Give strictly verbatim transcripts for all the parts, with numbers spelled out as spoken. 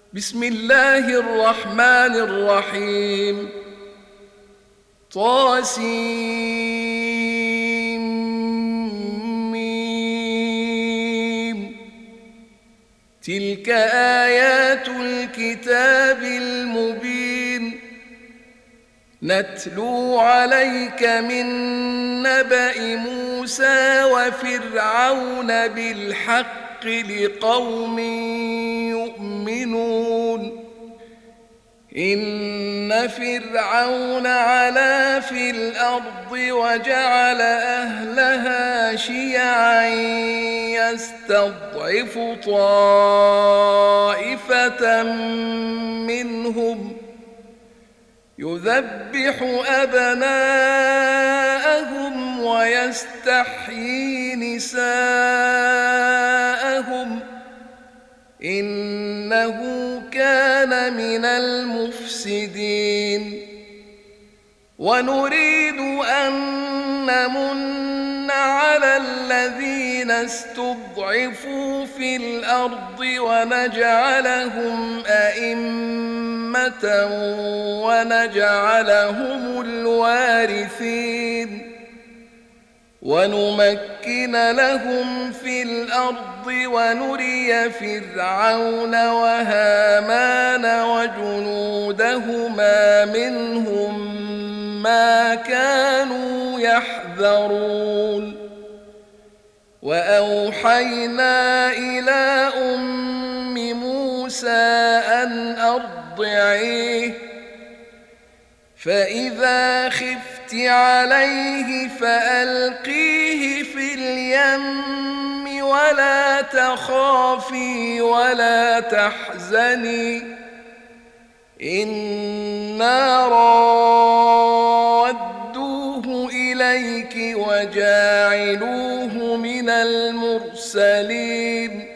بسم الله الرحمن الرحيم. طاسيم. تلك آيات الكتاب المبين. نتلو عليك من نبأ موسى وفرعون بالحق لقوم يؤمنون. إن فرعون علا في الأرض وجعل أهلها شيعا يستضعف طائفة منهم يذبح أبناءهم ويستحيي نساءهم إنه كان من المفسدين. ونريد أن نمن على الذين استضعفوا في الأرض ونجعلهم أئمة ونجعلهم الوارثين ونمكن لهم في الأرض ونري فرعون وهامان وجنودهما منهم ما كانوا يحذرون. وأوحينا إلى أم موسى أن أرضعيه فإذا خفت عليه فألقيه في اليم ولا تخافي ولا تحزني إنا رادوه إليك وجاعلوه من المرسلين.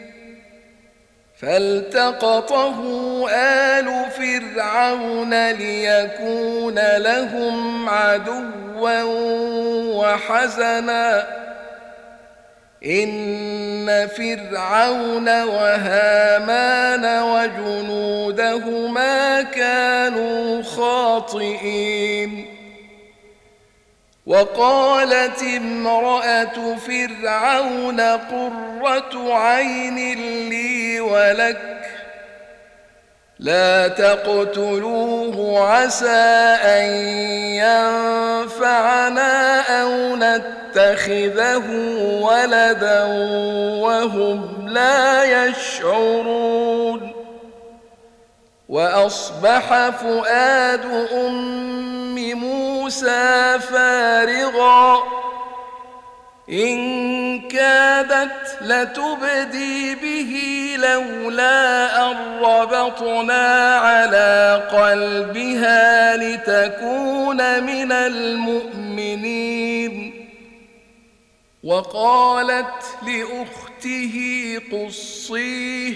فالتقطه آل فرعون ليكون لهم عدوا وحزنا إن فرعون وهامان وجنودهما كانوا خاطئين. وقالت امرأة فرعون قرة عين لي ولك لا تقتلوه عسى أن ينفعنا أو نتخذه ولدا وهم لا يشعرون. وأصبح فؤاد أم موسى فارغا إن كادت لتبدي به لولا أن ربطنا على قلبها لتكون من المؤمنين. وقالت لأخته قصيه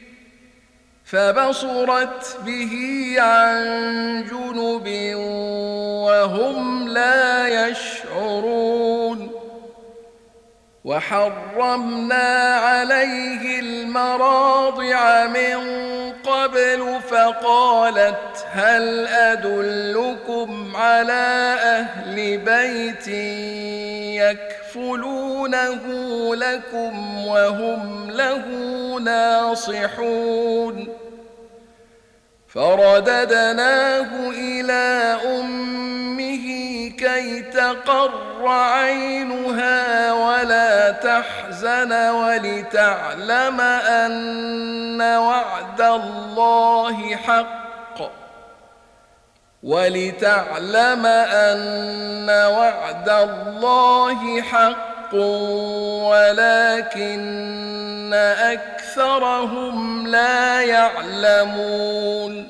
فبصرت به عن جنب وهم لا يشعرون. وحرمنا عليه المراضع من قبل فقالت هل أدلكم على أهل بيت يكفلونه لكم وهم له ناصحون. فرددناه إلى أمه كي تقر عينها ولا تحزن ولتعلم أن وعد الله حق ولتعلم أن وعد الله حق ولكن أكثرهم لا يعلمون.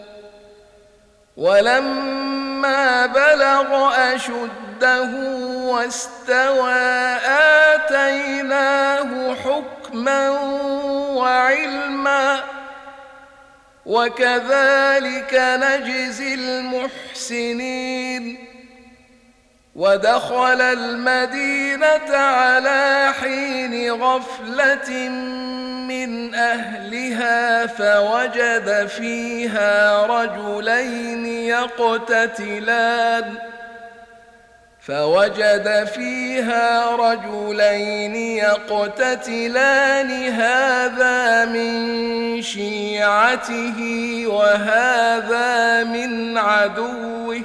ولما بلغ أشده واستوى آتيناه حكما وعلما وكذلك نجزي المحسنين. ودخل المدينة على حين غفلة من من أهلها فوجد فيها رجلين يقتتلان فوجد فيها رجلين يقتتلان هذا من شيعته وهذا من عدوه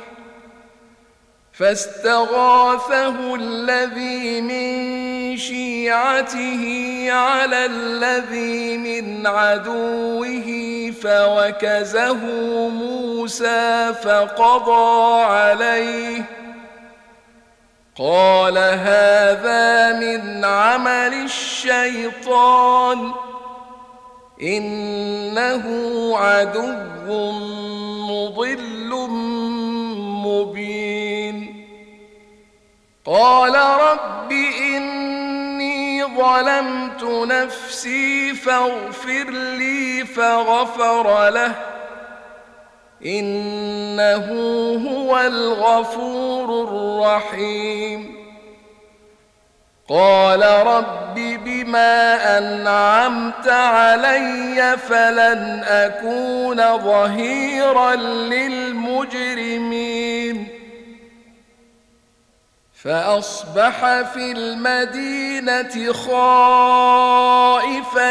فاستغاثه الذي من شيعته على الذي من عدوه فوكزه موسى فقضى عليه قال هذا من عمل الشيطان إنه عدو مضل مبين قال رب إني ظلمت نفسي فاغفر لي فغفر له إنه هو الغفور الرحيم قال رب بما أنعمت علي فلن أكون ظهيرا للمجرمين فأصبح في المدينة خائفا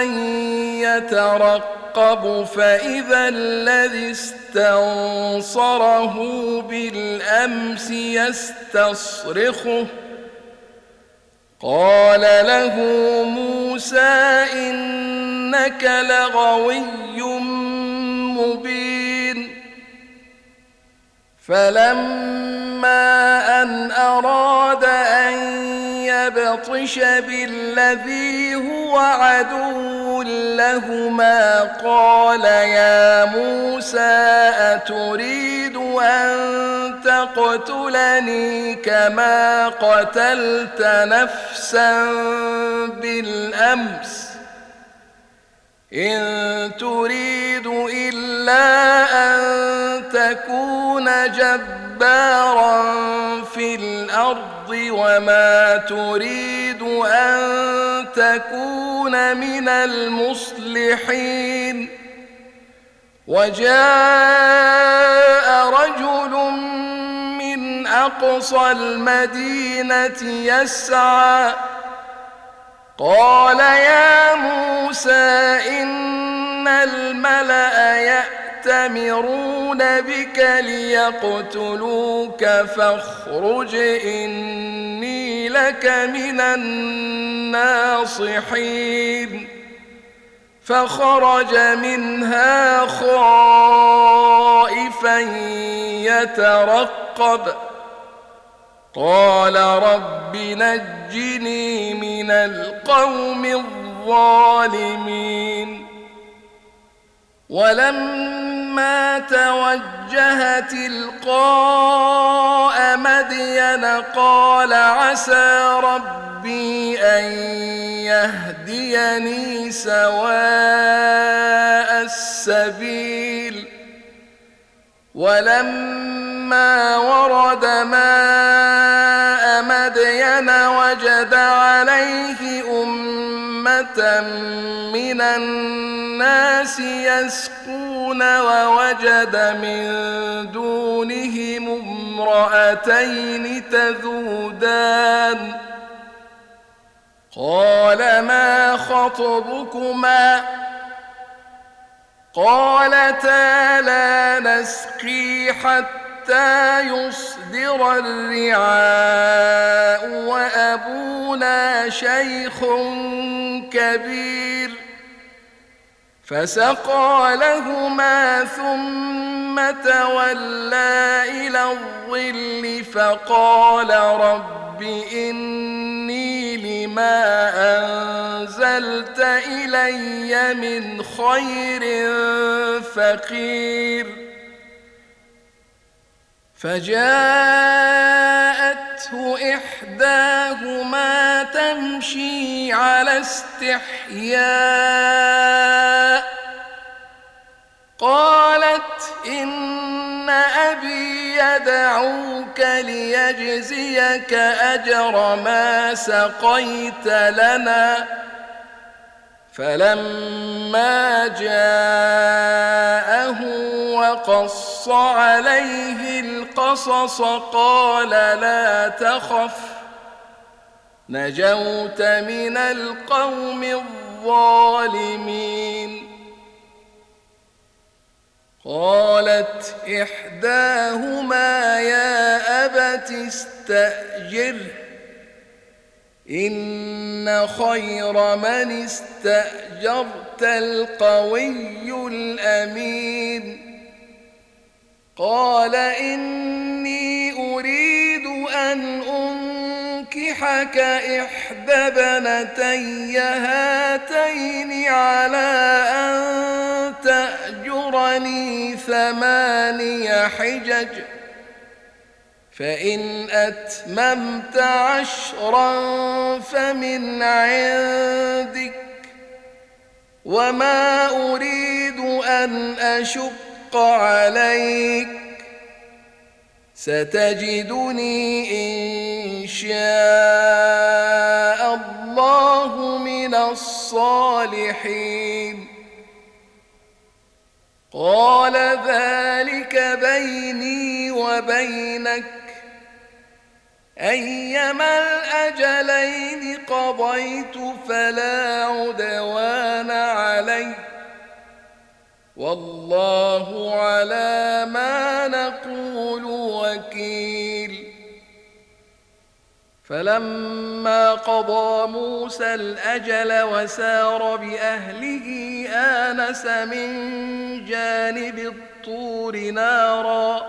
يترقب فإذا الذي استنصره بالأمس يستصرخه قال له موسى إنك لغوي مبين فلما أن أراد أن يبطش بالذي هو عدو لهما قال يا موسى أتريد أن تقتلني كما قتلت نفسا بالأمس إن تريد إلا أن تكون جبارا في الأرض وما تريد أن تكون من المصلحين وجاء رجل من أقصى المدينة يسعى قال يا موسى إن الملأ يأتمرون بك ليقتلوك فاخرج إني لك من الناصحين فخرج منها خائفا يترقب قال رب نجني من القوم الظالمين ولما توجه تلقاء مدين قال عسى ربي أن يهديني سواء السبيل ولما ورد ماء مدين وجد عليه أمة من الناس يسقون ووجد من دونهم امرأتين تذودان قال ما خطبكما قالتا لا نسقي حتى يصدر الرعاء وأبونا شيخ كبير فسقى لهما ثم تولى إلى الظل فقال رب إني لما أنزلت إلي من خير فقير فجاءته إحداهما تمشي على استحياء قالت إن أبي يدعوك ليجزيك أجر ما سقيت لنا فلما جاءه وقص عليه القصص قال لا تخف نجوت من القوم الظالمين. قالت إحداهما يا أبت استأجره إن خير من استأجرت القوي الأمين. قال إني أريد أن أنكحك إحدى بنتي هاتين على أن تأجرني ثماني حجج فإن أتممت عشرا فمن عندك وما أريد أن أشق عليك ستجدني إن شاء الله من الصالحين. قال ذلك بيني وبينك أيما الأجلين قضيت فلا عدوان علي والله على ما نقول وكيل. فلما قضى موسى الأجل وسار بأهله آنس من جانب الطور نارا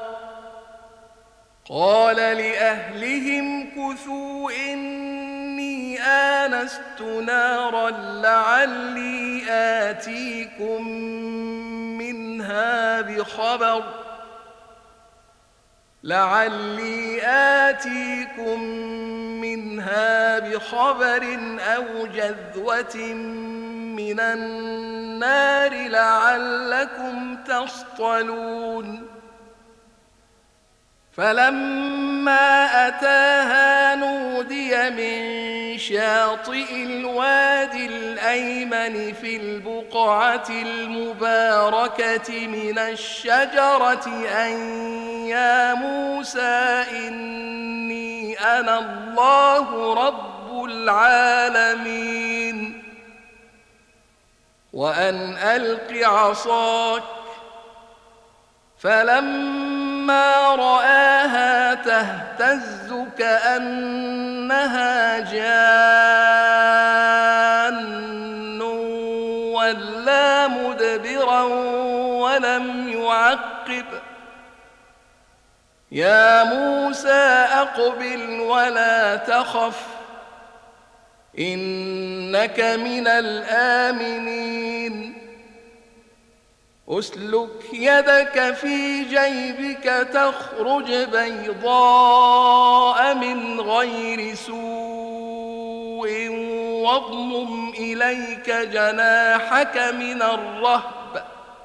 قال لأهلهم كثوا إني آنست نارا لعلي آتيكم منها بخبر لعلي آتيكم منها بخبر أو جذوة من النار لعلكم تصطلون. فلما أتاها نودي من شاطئ الوادي الأيمن في البقعة المباركة من الشجرة أن يا موسى إني أنا الله رب العالمين وأن ألق عصاك. فلما رآها تهتز كأنها جان ولا مدبرا ولم يعقب يا موسى أقبل ولا تخف إنك من الآمنين. أسلك يدك في جيبك تخرج بيضاء من غير سوء واضمم إليك جناحك من الرهب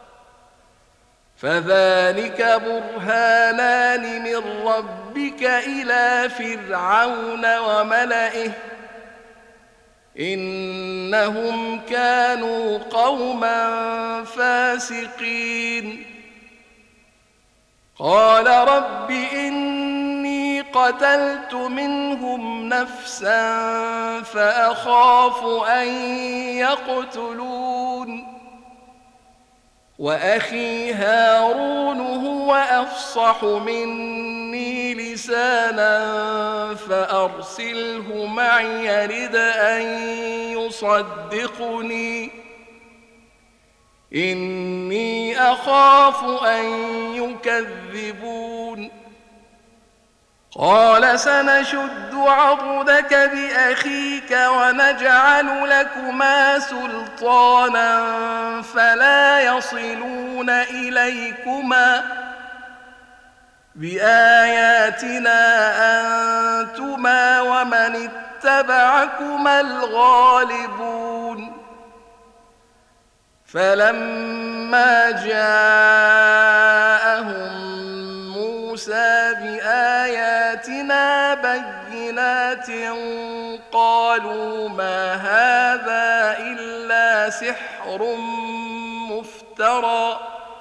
فذلك برهانان من ربك إلى فرعون وملئه إنهم كانوا قوما فاسقين. قال رب إني قتلت منهم نفسا فأخاف أن يقتلون وأخي هارون هو أفصح مني لسانا فأرسله معي يرد أن يصدقني إني أخاف أن يكذبون. قال سنشد عضدك بأخيك ونجعل لكما سلطانا فلا يصلون إليكما بآياتنا أنتما ومن اتبعكما الغالبون. فلما جاءهم موسى بآياتنا بينات قالوا ما هذا إلا سحر مفترى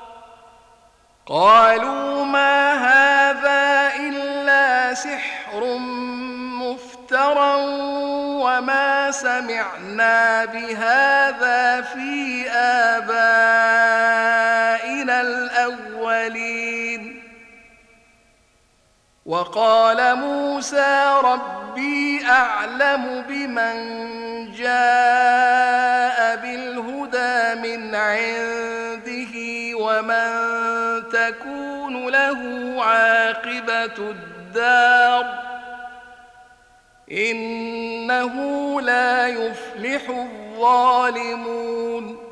قالوا ما هذا إلا سحر مفترى وما سمعنا بهذا في آبائنا الأولين وقال موسى ربي أعلم بمن جاء بالهدى من عنده ومن تكون له عاقبة الدار إنه لا يفلح الظالمون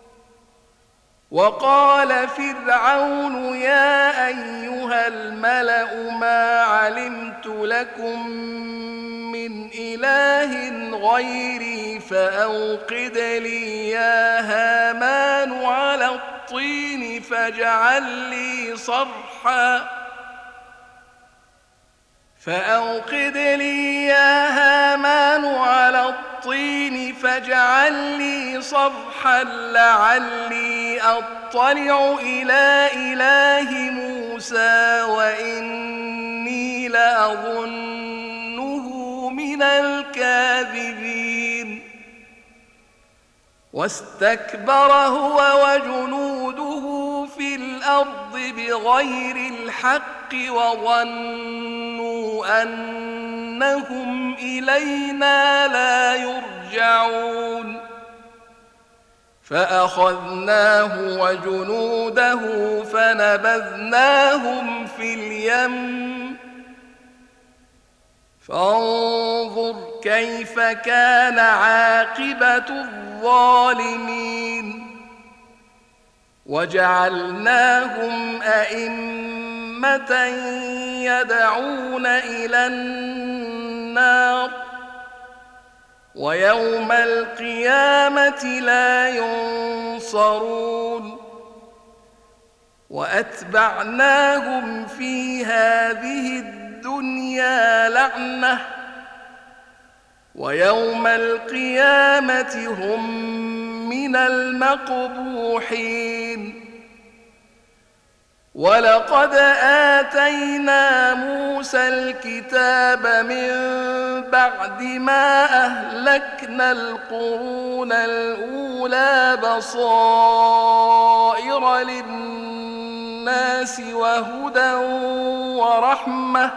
وقال فرعون يا أيها الملأ ما علمت لكم من إله غيري فأوقد لي يا هامان على الطين فاجعل لي صرحا فأوقد لي يا هامان على الطين فاجعل لي صرحا لعلي أطلع إلى إله موسى وإني لأظنه من الكاذبين واستكبر هو وجنوده في الأرض بغير الحق وظنوا أنهم إلينا لا يرجعون فأخذناه وجنوده فنبذناهم في اليم فانظر كيف كان عاقبة الظالمين وجعلناهم أئمة يدعون إلى النار ويوم القيامة لا ينصرون وأتبعناهم في هذه الدنيا لعنة ويوم القيامة هم من المقبوحين ولقد آتينا موسى الكتاب من بعد ما أهلكنا القرون الأولى بصائر للناس وهدى ورحمة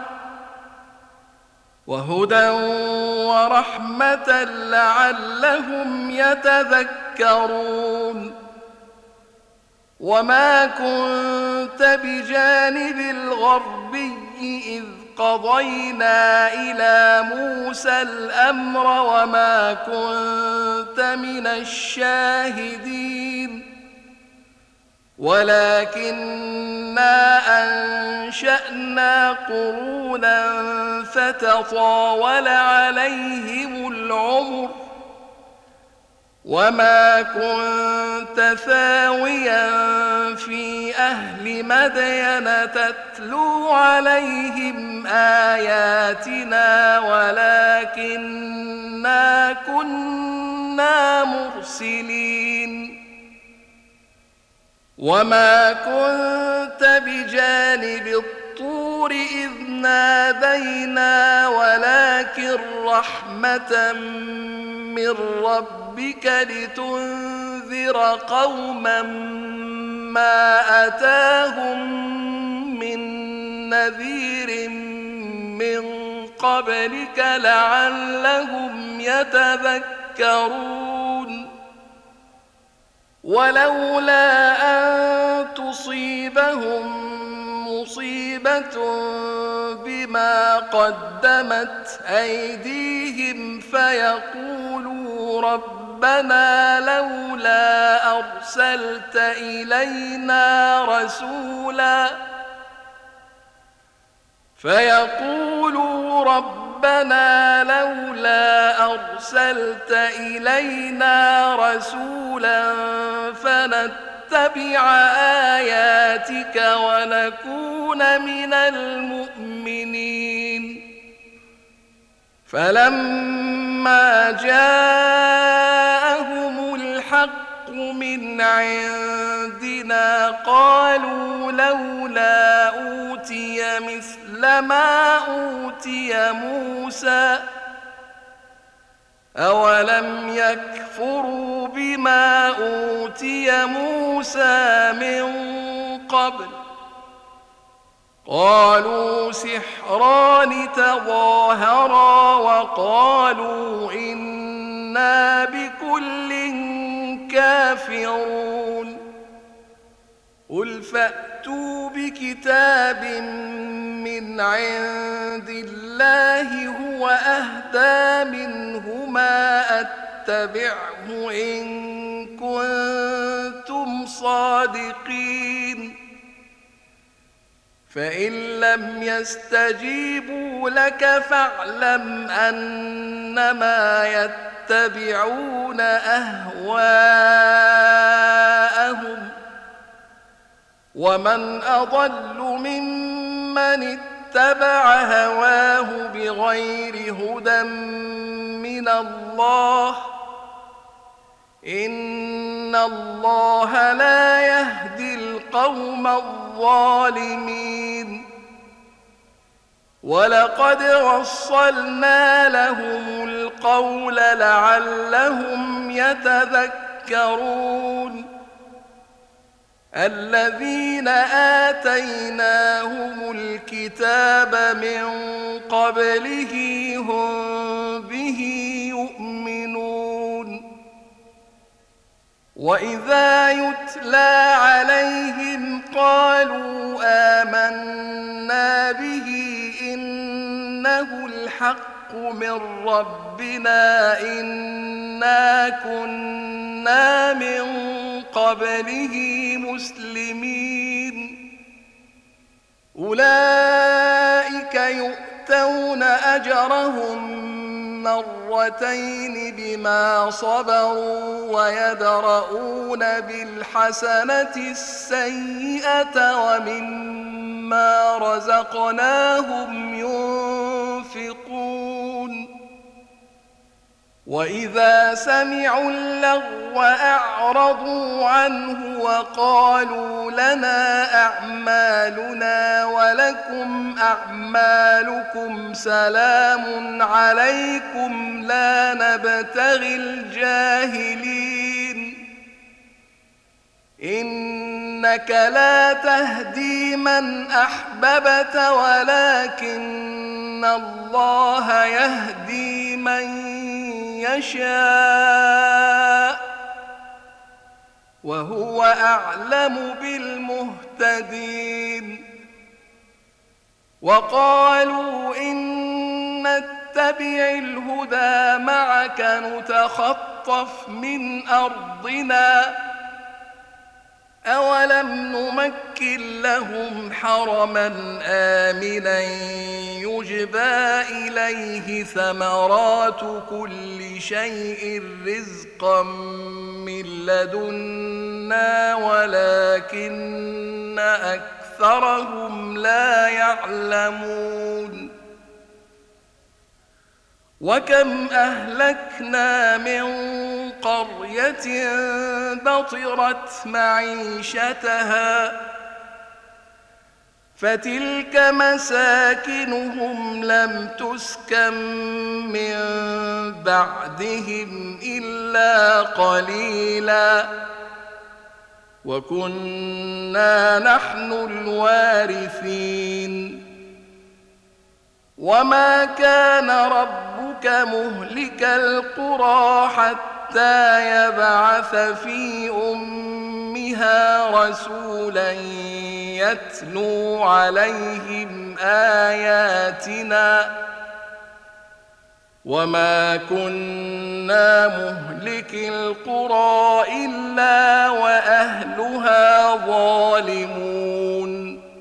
وهدى ورحمة لعلهم يتذكرون وما كنت بجانب الغربي إذ قضينا إلى موسى الأمر وما كنت من الشاهدين ولكننا أنشأنا قرونا فتطاول عليهم العمر وما كنت ثاويا في أهل مدين تتلو عليهم آياتنا ولكننا كنا مرسلين وما كنت بجانب الطور إذ نادينا ولكن رحمة من ربك لتنذر قوما ما أتاهم من نذير من قبلك لعلهم يتذكرون ولولا أن تصيبهم مصيبة بما قدمت أيديهم فيقولوا ربنا لولا أرسلت إلينا رسولا فيقولوا ربنا لولا أرسلت إلينا رسولا فنتبع آياتك ونكون من المؤمنين فلما جاءهم الحق من عندنا قالوا لولا أوتي مثل ما أوتي موسى أولم يكفروا بما أوتي موسى من قبل قالوا سحران تظاهرا وقالوا إنا بكل كافرون قل فأتوا بكتاب من عند الله هو أهدى منهما أتبعه إن كنتم صادقين فإن لم يستجيبوا لك فاعلم أنما يتبعون أهواءهم ومن أضل ممن اتبع هواه بغير هدى من الله إن الله لا يهدي القوم الظالمين ولقد وصلنا لهم القول لعلهم يتذكرون الذين آتيناهم الكتاب من قبله هم به يؤمنون وإذا يتلى عليهم قالوا آمنا به إنه الحق من ربنا إنا كنا من قبله مسلمين أولئك يؤتون أجرهم مرتين بما صبروا ويدرؤون بالحسنة السيئة ومما رزقناهم ينفقون وإذا سمعوا اللغو أعرضوا عنه وقالوا لنا أعمالنا ولكم أعمالكم سلام عليكم لا نبتغي الجاهلين إنك لا تهدي من أحببت ولكن الله يهدي من يشاء وهو أعلم بالمهتدين وقالوا إن نتبع الهدى معك نتخطف من أرضنا أولم نمكن لهم حرما آمنا يجبى إليه ثمرات كل شيء رزقا من لدنا ولكن أكثرهم لا يعلمون وكم أهلكنا من قرية بطرت معيشتها فتلك مساكنهم لم تسكن من بعدهم إلا قليلا وكنا نحن الوارثين وما كان ربك مهلك القرى حتى يبعث في أمها رسولا يتلو عليهم آياتنا وما كنا مهلك القرى إلا وأهلها ظالمون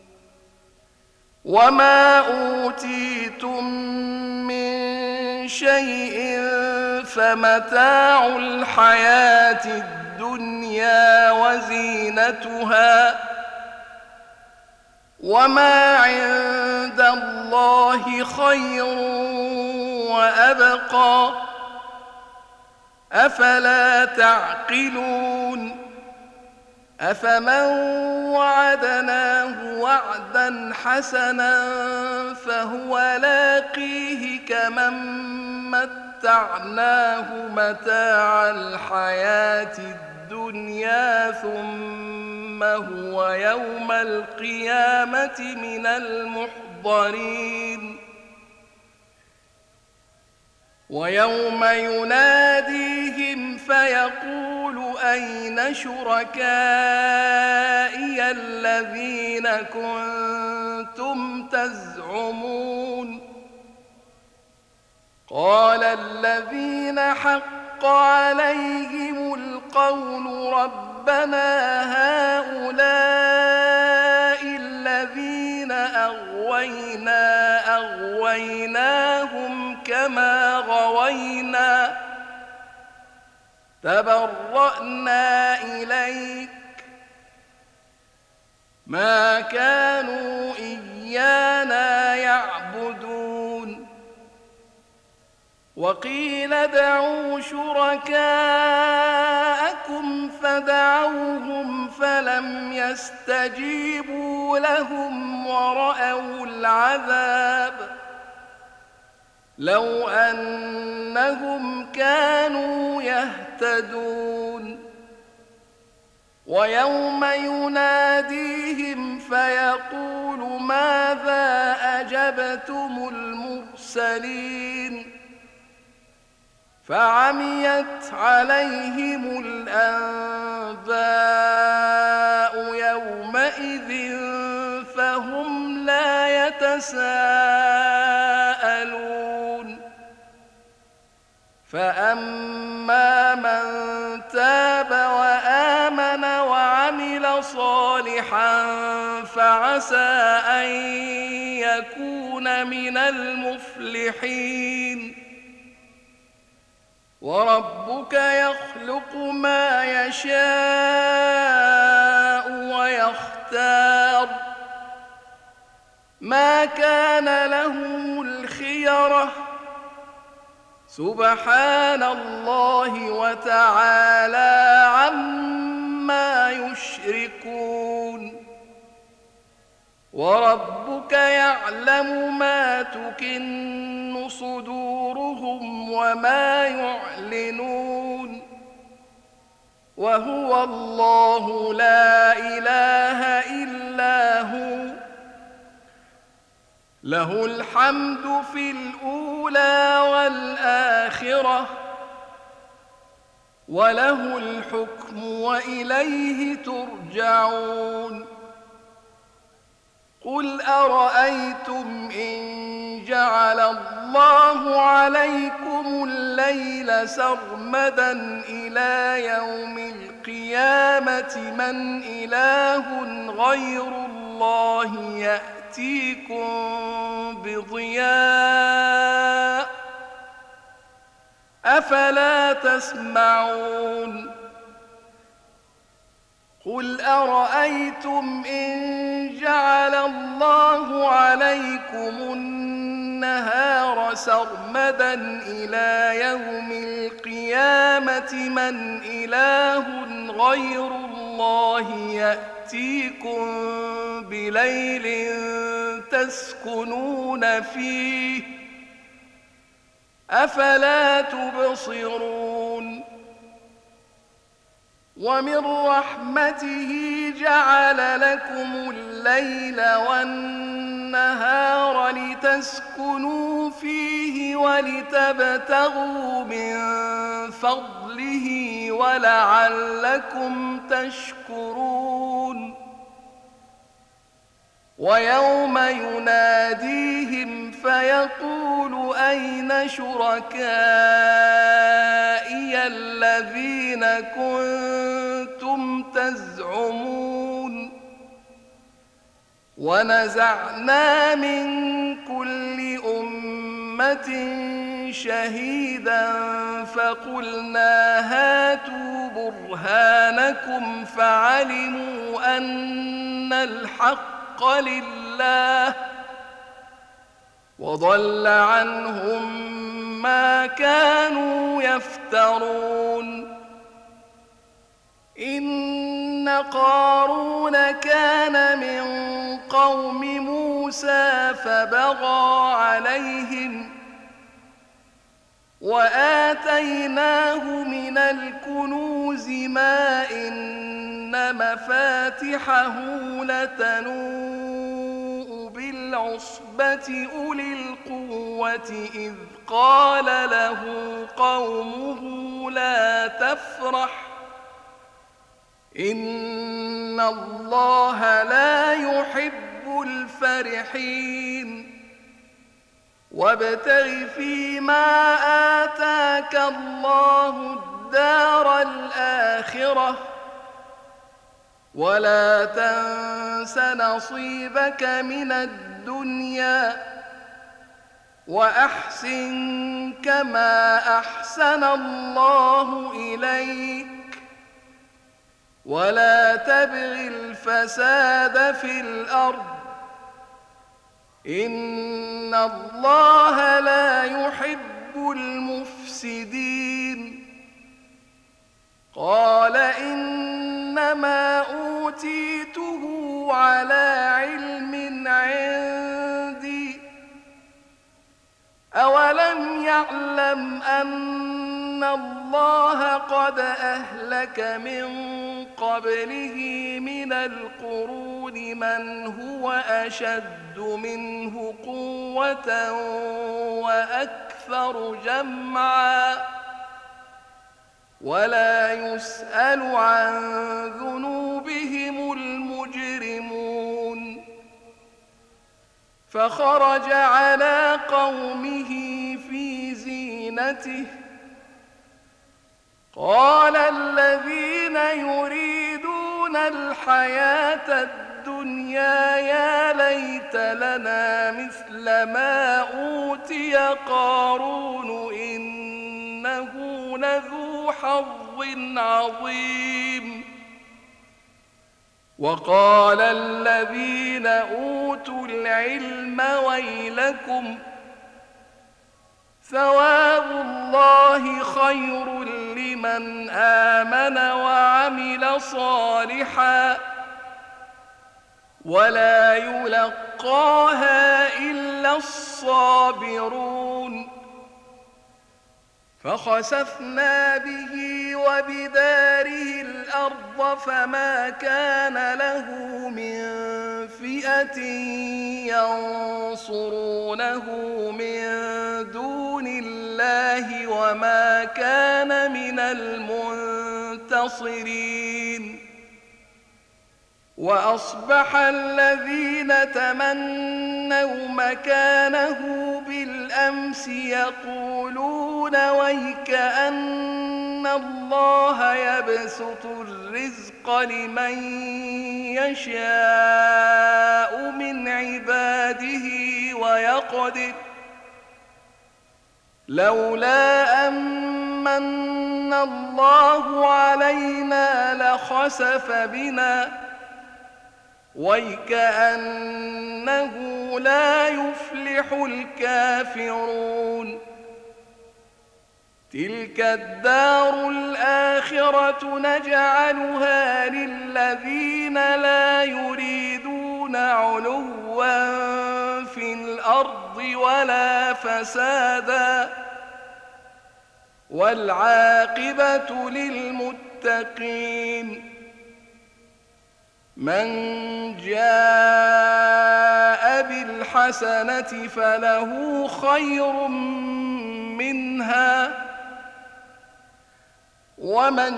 وما أوتيتم من شيء فمتاع الحياة الدنيا وزينتها وما عند الله خير وأبقى أفلا تعقلون أفمن وعدناه وعدا حسنا فهو لاقيه كمن متعناه متاع الحياة الدنيا ثم هو يوم القيامة من المحضرين ويوم يناديهم فيقول أين شركائي الذين كنتم تزعمون قال الذين حق عليهم القول ربنا هؤلاء الذين أغوينا أغويناهم كما غوينا تبرأنا إليك ما كانوا إيانا يعبدون وقيل ادعوا شركاءكم فدعوهم فلم يستجيبوا لهم ورأوا العذاب لو أنهم كانوا يهتدون ويوم يناديهم فيقول ماذا أجبتم المرسلين فعميت عليهم الأنباء يومئذ فهم لا يتساءلون فأما من تاب وآمن وعمل صالحا فعسى أن يكون من المفلحين وربك يخلق ما يشاء ويختار ما كان لهم الخيرة سبحان الله وتعالى عما يشركون وربك يعلم ما تكن صدورهم وما يعلنون وهو الله لا إله إلا هو له الحمد في الأولى والآخرة وله الحكم وإليه ترجعون قل أرأيتم إن جعل الله عليكم الليل سرمدا إلى يوم القيامة من إله غير الله يأتيكم بضياء أفلا تسمعون قل أرأيتم إن جعل الله عليكم النهار سرمدا إلى يوم القيامة من إله غير الله يأتيكم بليل تسكنون فيه أفلا تبصرون ومن رحمته جعل لكم الليل والنهار لتسكنوا فيه ولتبتغوا من فضله ولعلكم تشكرون ويوم يناديهم فيقول أين شركائي الذين كنتم تزعمون ونزعنا من كل أمة شهيدا فقلنا هاتوا برهانكم فعلموا أن الحق لله وضل عنهم ما كانوا يفترون إن قارون كان من قوم موسى فبغى عليهم وآتيناه من الكنوز ما إن مفاتحه لتنوء بالعصبة أولي القوة إذ قال له قومه لا تفرح إن الله لا يحب الفرحين وابتغ فيما آتاك الله الدار الآخرة ولا تنس نصيبك من الدنيا وأحسن كما أحسن الله إليك ولا تبغ الفساد في الأرض إن الله لا يحب المفسدين قال إنما أوتيته على علم عندي أولم يعلم أن الله قد أهلك من قبله من القرون من هو أشد منه قوة وأكثر جمعا ولا يسأل عن ذنوبهم المجرمون فخرج على قومه في زينته قال الذين يريدون الحياة الدنيا يا ليت لنا مثل ما أوتي قارون إنه لذو حظ عظيم وقال الذين أوتوا العلم ويلكم ثواب الله خير لمن آمن وعمل صالحا ولا يلقاها إلا الصابرون فخسفنا به وبداره الأرض فما كان له من فئة ينصرونه من دون الله وما كان من المنتصرين وأصبح الذين تمنوا مكانه بالأمس يقولون ويكأن الله يبسط الرزق لمن يشاء من عباده ويقدر لولا أمن الله علينا لخسف بنا ويكأنه لا يفلح الكافرون تلك الدار الآخرة نجعلها للذين لا يريدون علوا في الأرض ولا فسادا والعاقبة للمتقين من جاء بالحسنة فله خير منها ومن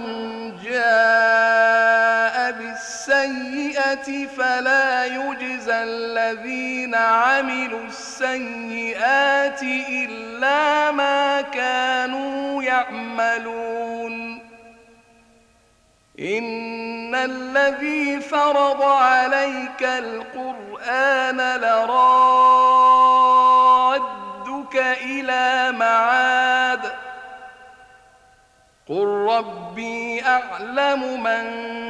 جاء بالسيئة فلا يجزى الذين عملوا السيئات إلا ما كانوا يعملون إن الذي فرض عليك القرآن لرادك إلى معاد قل ربي أعلم من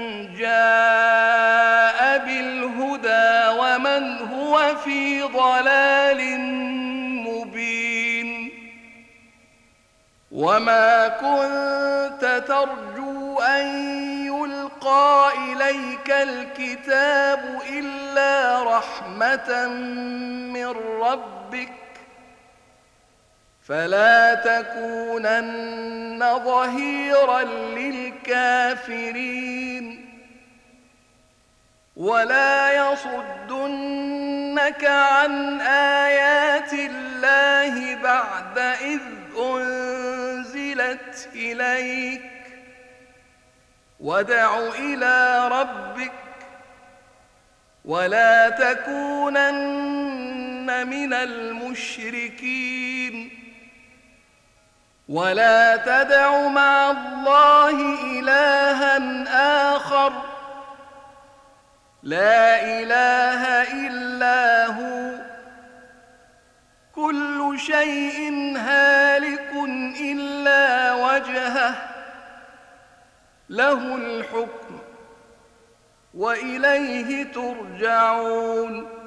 جاء بالهدى ومن هو في ضلال مبين وما كنت ترجو أن يلقى إليك الكتاب إلا رحمة من ربك فلا تكونن ظهيرا للكافرين ولا يصدنك عن آيات الله بعد إذ أنزلت إليك وادع إلى ربك ولا تكونن من المشركين ولا تدع مع الله إلها آخر لا إله إلا هو كل شيء هالك إلا وجهه له الحكم وإليه ترجعون